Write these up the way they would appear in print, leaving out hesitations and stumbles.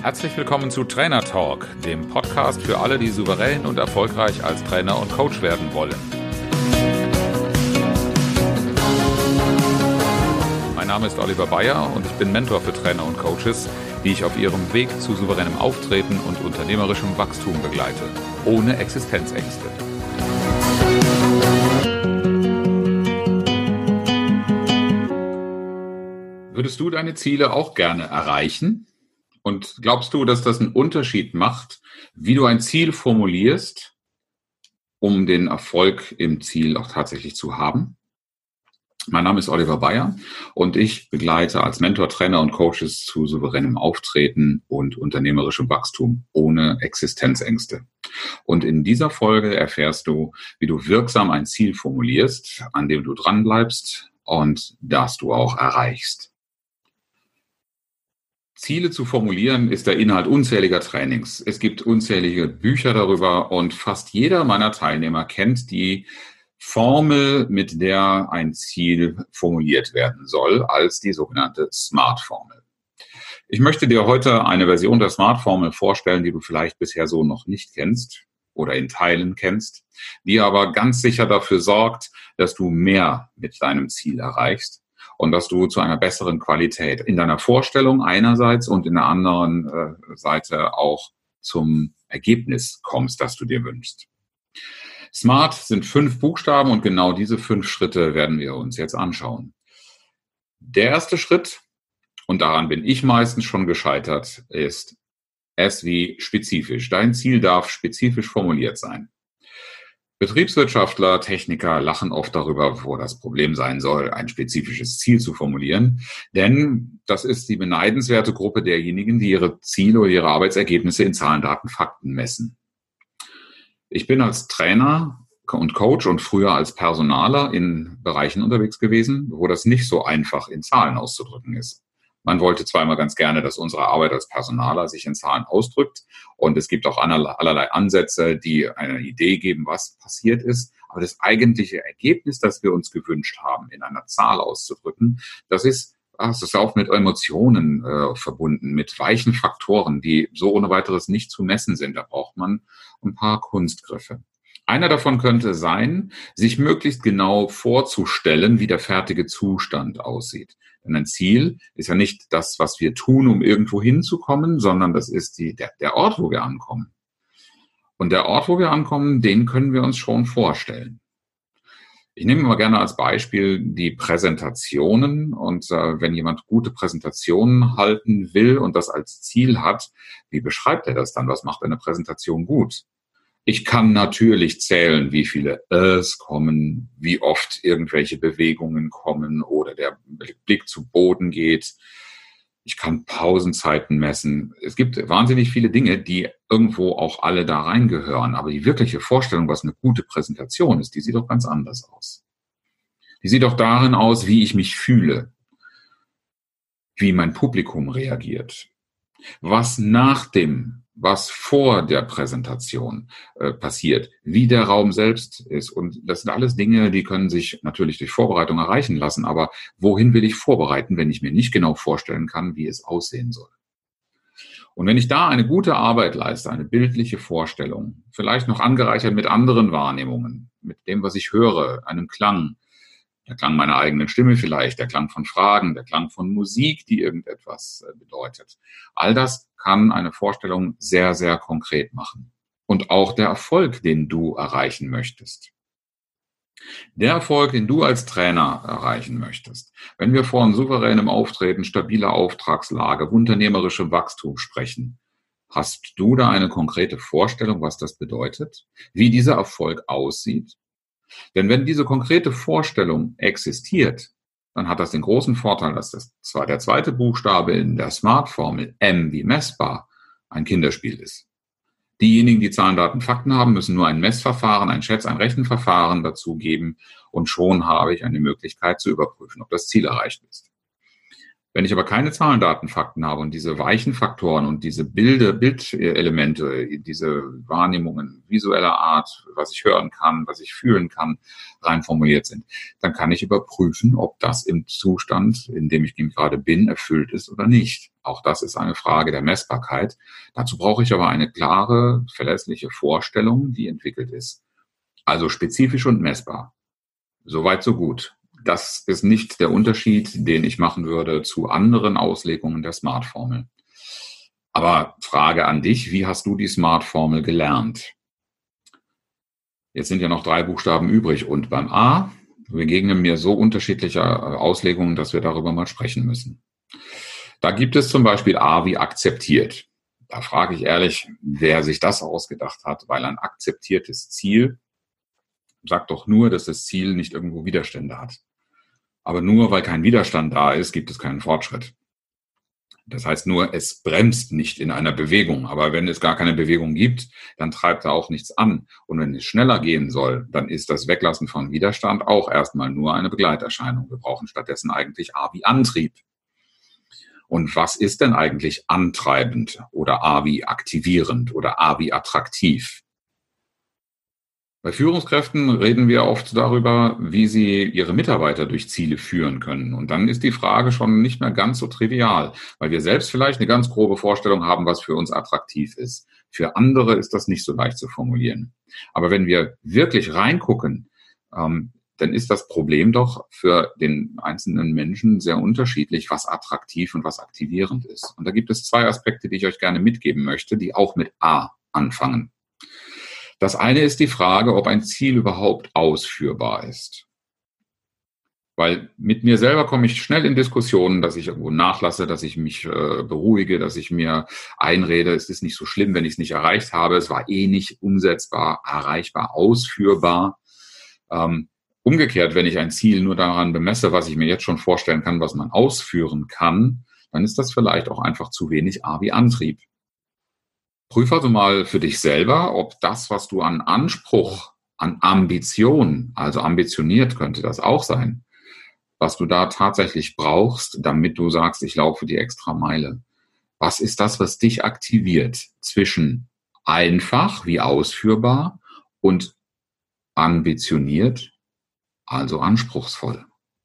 Herzlich willkommen zu Trainer Talk, dem Podcast für alle, die souverän und erfolgreich als Trainer und Coach werden wollen. Mein Name ist Oliver Bayer und ich bin Mentor für Trainer und Coaches, die ich auf ihrem Weg zu souveränem Auftreten und unternehmerischem Wachstum begleite, ohne Existenzängste. Würdest du deine Ziele auch gerne erreichen? Und glaubst du, dass das einen Unterschied macht, wie du ein Ziel formulierst, um den Erfolg im Ziel auch tatsächlich zu haben? Mein Name ist Oliver Bayer und ich begleite als Mentor Trainer und Coaches zu souveränem Auftreten und unternehmerischem Wachstum ohne Existenzängste. Und in dieser Folge erfährst du, wie du wirksam ein Ziel formulierst, an dem du dranbleibst und das du auch erreichst. Ziele zu formulieren ist der Inhalt unzähliger Trainings. Es gibt unzählige Bücher darüber und fast jeder meiner Teilnehmer kennt die Formel, mit der ein Ziel formuliert werden soll, als die sogenannte SMART-Formel. Ich möchte dir heute eine Version der SMART-Formel vorstellen, die du vielleicht bisher so noch nicht kennst oder in Teilen kennst, die aber ganz sicher dafür sorgt, dass du mehr mit deinem Ziel erreichst und dass du zu einer besseren Qualität in deiner Vorstellung einerseits und in der anderen Seite auch zum Ergebnis kommst, das du dir wünschst. SMART sind 5 Buchstaben und genau diese 5 Schritte werden wir uns jetzt anschauen. Der erste Schritt, und daran bin ich meistens schon gescheitert, ist S wie spezifisch. Dein Ziel darf spezifisch formuliert sein. Betriebswirtschaftler, Techniker lachen oft darüber, wo das Problem sein soll, ein spezifisches Ziel zu formulieren. Denn das ist die beneidenswerte Gruppe derjenigen, die ihre Ziele oder ihre Arbeitsergebnisse in Zahlen, Daten, Fakten messen. Ich bin als Trainer und Coach und früher als Personaler in Bereichen unterwegs gewesen, wo das nicht so einfach in Zahlen auszudrücken ist. Man wollte zwar immer ganz gerne, dass unsere Arbeit als Personaler sich in Zahlen ausdrückt und es gibt auch allerlei Ansätze, die eine Idee geben, was passiert ist. Aber das eigentliche Ergebnis, das wir uns gewünscht haben, in einer Zahl auszudrücken, das ist auch mit Emotionen verbunden, mit weichen Faktoren, die so ohne weiteres nicht zu messen sind. Da braucht man ein paar Kunstgriffe. Einer davon könnte sein, sich möglichst genau vorzustellen, wie der fertige Zustand aussieht. Denn ein Ziel ist ja nicht das, was wir tun, um irgendwo hinzukommen, sondern das ist der Ort, wo wir ankommen. Und der Ort, wo wir ankommen, den können wir uns schon vorstellen. Ich nehme mal gerne als Beispiel die Präsentationen und wenn jemand gute Präsentationen halten will und das als Ziel hat, wie beschreibt er das dann? Was macht eine Präsentation gut? Ich kann natürlich zählen, wie viele Es kommen, wie oft irgendwelche Bewegungen kommen oder der Blick zu Boden geht. Ich kann Pausenzeiten messen. Es gibt wahnsinnig viele Dinge, die irgendwo auch alle da reingehören. Aber die wirkliche Vorstellung, was eine gute Präsentation ist, die sieht doch ganz anders aus. Die sieht doch darin aus, wie ich mich fühle, wie mein Publikum reagiert, was vor der Präsentation passiert, wie der Raum selbst ist. Und das sind alles Dinge, die können sich natürlich durch Vorbereitung erreichen lassen. Aber wohin will ich vorbereiten, wenn ich mir nicht genau vorstellen kann, wie es aussehen soll? Und wenn ich da eine gute Arbeit leiste, eine bildliche Vorstellung, vielleicht noch angereichert mit anderen Wahrnehmungen, mit dem, was ich höre, einem Klang, der Klang meiner eigenen Stimme vielleicht, der Klang von Fragen, der Klang von Musik, die irgendetwas bedeutet. All das kann eine Vorstellung sehr, sehr konkret machen. Und auch der Erfolg, den du erreichen möchtest. Der Erfolg, den du als Trainer erreichen möchtest. Wenn wir von souveränem Auftreten, stabiler Auftragslage, unternehmerischem Wachstum sprechen, hast du da eine konkrete Vorstellung, was das bedeutet? Wie dieser Erfolg aussieht? Denn wenn diese konkrete Vorstellung existiert, dann hat das den großen Vorteil, dass das zwar der zweite Buchstabe in der SMART-Formel, M wie messbar, ein Kinderspiel ist. Diejenigen, die Zahlen, Daten, Fakten haben, müssen nur ein Messverfahren, ein Rechenverfahren dazugeben und schon habe ich eine Möglichkeit zu überprüfen, ob das Ziel erreicht ist. Wenn ich aber keine Zahlen, Daten, Fakten habe und diese weichen Faktoren und diese Bildelemente, diese Wahrnehmungen visueller Art, was ich hören kann, was ich fühlen kann, rein formuliert sind, dann kann ich überprüfen, ob das im Zustand, in dem ich gerade bin, erfüllt ist oder nicht. Auch das ist eine Frage der Messbarkeit. Dazu brauche ich aber eine klare, verlässliche Vorstellung, die entwickelt ist. Also spezifisch und messbar. Soweit, so gut. Das ist nicht der Unterschied, den ich machen würde zu anderen Auslegungen der SMART-Formel. Aber Frage an dich, wie hast du die SMART-Formel gelernt? Jetzt sind ja noch 3 Buchstaben übrig und beim A begegnen mir so unterschiedliche Auslegungen, dass wir darüber mal sprechen müssen. Da gibt es zum Beispiel A wie akzeptiert. Da frage ich ehrlich, wer sich das ausgedacht hat, weil ein akzeptiertes Ziel sagt doch nur, dass das Ziel nicht irgendwo Widerstände hat. Aber nur weil kein Widerstand da ist, gibt es keinen Fortschritt. Das heißt nur, es bremst nicht in einer Bewegung. Aber wenn es gar keine Bewegung gibt, dann treibt da auch nichts an. Und wenn es schneller gehen soll, dann ist das Weglassen von Widerstand auch erstmal nur eine Begleiterscheinung. Wir brauchen stattdessen eigentlich A wie Antrieb. Und was ist denn eigentlich antreibend oder A wie aktivierend oder A wie attraktiv? Bei Führungskräften reden wir oft darüber, wie sie ihre Mitarbeiter durch Ziele führen können. Und dann ist die Frage schon nicht mehr ganz so trivial, weil wir selbst vielleicht eine ganz grobe Vorstellung haben, was für uns attraktiv ist. Für andere ist das nicht so leicht zu formulieren. Aber wenn wir wirklich reingucken, dann ist das Problem doch für den einzelnen Menschen sehr unterschiedlich, was attraktiv und was aktivierend ist. Und da gibt es 2 Aspekte, die ich euch gerne mitgeben möchte, die auch mit A anfangen. Das eine ist die Frage, ob ein Ziel überhaupt ausführbar ist. Weil mit mir selber komme ich schnell in Diskussionen, dass ich irgendwo nachlasse, dass ich mich beruhige, dass ich mir einrede, es ist nicht so schlimm, wenn ich es nicht erreicht habe. Es war eh nicht umsetzbar, erreichbar, ausführbar. Umgekehrt, wenn ich ein Ziel nur daran bemesse, was ich mir jetzt schon vorstellen kann, was man ausführen kann, dann ist das vielleicht auch einfach zu wenig A wie Antrieb. Prüf also mal für dich selber, ob das, was du an Anspruch, an Ambition, also ambitioniert könnte das auch sein, was du da tatsächlich brauchst, damit du sagst, ich laufe die extra Meile. Was ist das, was dich aktiviert zwischen einfach, wie ausführbar, und ambitioniert, also anspruchsvoll?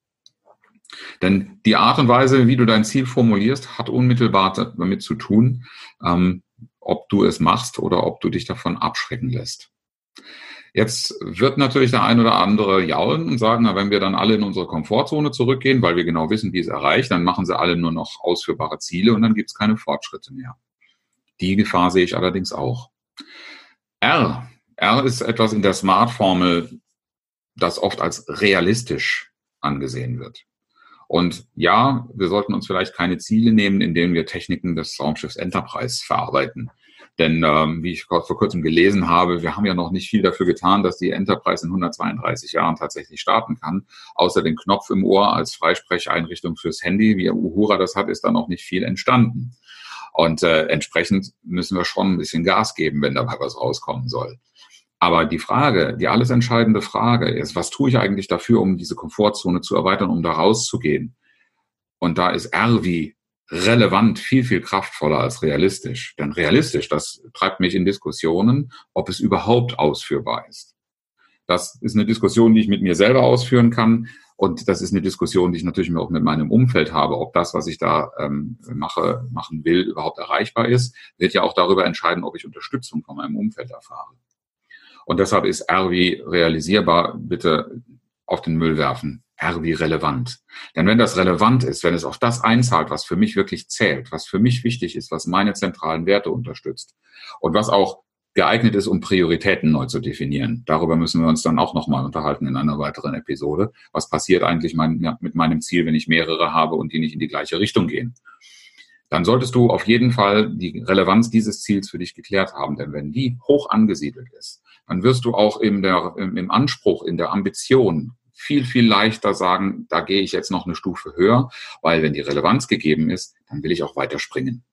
Denn die Art und Weise, wie du dein Ziel formulierst, hat unmittelbar damit zu tun, ob du es machst oder ob du dich davon abschrecken lässt. Jetzt wird natürlich der ein oder andere jaulen und sagen, na, wenn wir dann alle in unsere Komfortzone zurückgehen, weil wir genau wissen, wie es erreicht, dann machen sie alle nur noch ausführbare Ziele und dann gibt es keine Fortschritte mehr. Die Gefahr sehe ich allerdings auch. R ist etwas in der SMART-Formel, das oft als realistisch angesehen wird. Und ja, wir sollten uns vielleicht keine Ziele nehmen, in denen wir Techniken des Raumschiffs Enterprise verarbeiten. Denn wie ich vor kurzem gelesen habe, wir haben ja noch nicht viel dafür getan, dass die Enterprise in 132 Jahren tatsächlich starten kann. Außer den Knopf im Ohr als Freisprecheinrichtung fürs Handy, wie Uhura das hat, ist da noch nicht viel entstanden. Und entsprechend müssen wir schon ein bisschen Gas geben, wenn dabei was rauskommen soll. Aber die Frage, die alles entscheidende Frage ist, was tue ich eigentlich dafür, um diese Komfortzone zu erweitern, um da rauszugehen? Und da ist R wie relevant viel, viel kraftvoller als realistisch. Denn realistisch, das treibt mich in Diskussionen, ob es überhaupt ausführbar ist. Das ist eine Diskussion, die ich mit mir selber ausführen kann. Und das ist eine Diskussion, die ich natürlich auch mit meinem Umfeld habe, ob das, was ich da machen will, überhaupt erreichbar ist, wird ja auch darüber entscheiden, ob ich Unterstützung von meinem Umfeld erfahre. Und deshalb ist R wie realisierbar bitte auf den Müll werfen. R wie relevant. Denn wenn das relevant ist, wenn es auf das einzahlt, was für mich wirklich zählt, was für mich wichtig ist, was meine zentralen Werte unterstützt und was auch geeignet ist, um Prioritäten neu zu definieren. Darüber müssen wir uns dann auch nochmal unterhalten in einer weiteren Episode. Was passiert eigentlich mit meinem Ziel, wenn ich mehrere habe und die nicht in die gleiche Richtung gehen? Dann solltest du auf jeden Fall die Relevanz dieses Ziels für dich geklärt haben. Denn wenn die hoch angesiedelt ist, dann wirst du auch im Anspruch, in der Ambition viel, viel leichter sagen, da gehe ich jetzt noch eine Stufe höher, weil wenn die Relevanz gegeben ist, dann will ich auch weiter springen.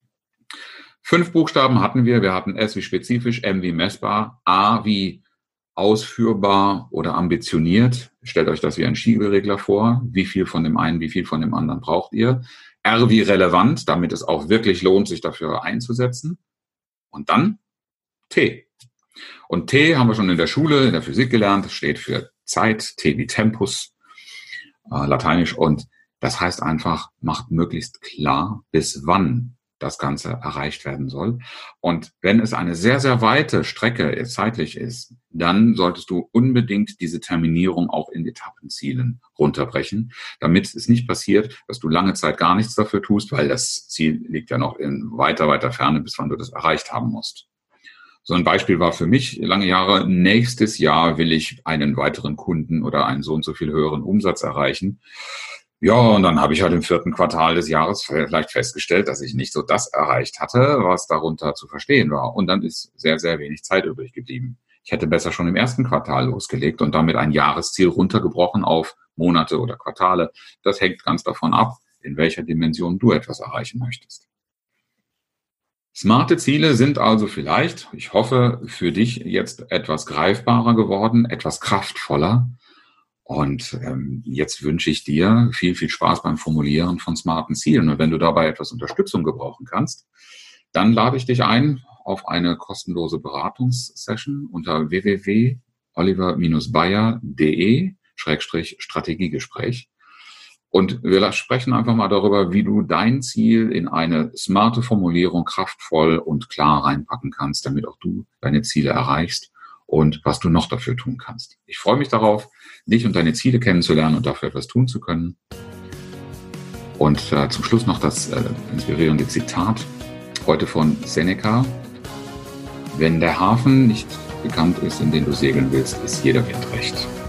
5 Buchstaben hatten wir. Wir hatten S wie spezifisch, M wie messbar, A wie ausführbar oder ambitioniert. Stellt euch das wie ein Schieberegler vor. Wie viel von dem einen, wie viel von dem anderen braucht ihr? R wie relevant, damit es auch wirklich lohnt, sich dafür einzusetzen. Und dann T. Und T haben wir schon in der Schule, in der Physik gelernt. Das steht für Zeit, T wie Tempus, lateinisch. Und das heißt einfach, macht möglichst klar, bis wann das Ganze erreicht werden soll. Und wenn es eine sehr, sehr weite Strecke zeitlich ist, dann solltest du unbedingt diese Terminierung auch in Etappenzielen runterbrechen, damit es nicht passiert, dass du lange Zeit gar nichts dafür tust, weil das Ziel liegt ja noch in weiter, weiter Ferne, bis wann du das erreicht haben musst. So ein Beispiel war für mich lange Jahre, nächstes Jahr will ich einen weiteren Kunden oder einen so und so viel höheren Umsatz erreichen. Ja, und dann habe ich halt im 4. Quartal des Jahres vielleicht festgestellt, dass ich nicht so das erreicht hatte, was darunter zu verstehen war. Und dann ist sehr, sehr wenig Zeit übrig geblieben. Ich hätte besser schon im 1. Quartal losgelegt und damit ein Jahresziel runtergebrochen auf Monate oder Quartale. Das hängt ganz davon ab, in welcher Dimension du etwas erreichen möchtest. Smarte Ziele sind also vielleicht, ich hoffe, für dich jetzt etwas greifbarer geworden, etwas kraftvoller. Und jetzt wünsche ich dir viel, viel Spaß beim Formulieren von smarten Zielen. Und wenn du dabei etwas Unterstützung gebrauchen kannst, dann lade ich dich ein auf eine kostenlose Beratungssession unter www.oliver-bayer.de/Strategiegespräch. Und wir sprechen einfach mal darüber, wie du dein Ziel in eine smarte Formulierung kraftvoll und klar reinpacken kannst, damit auch du deine Ziele erreichst und was du noch dafür tun kannst. Ich freue mich darauf, dich und deine Ziele kennenzulernen und dafür etwas tun zu können. Und zum Schluss noch das inspirierende Zitat, heute von Seneca. Wenn der Hafen nicht bekannt ist, in den du segeln willst, ist jeder Wind recht.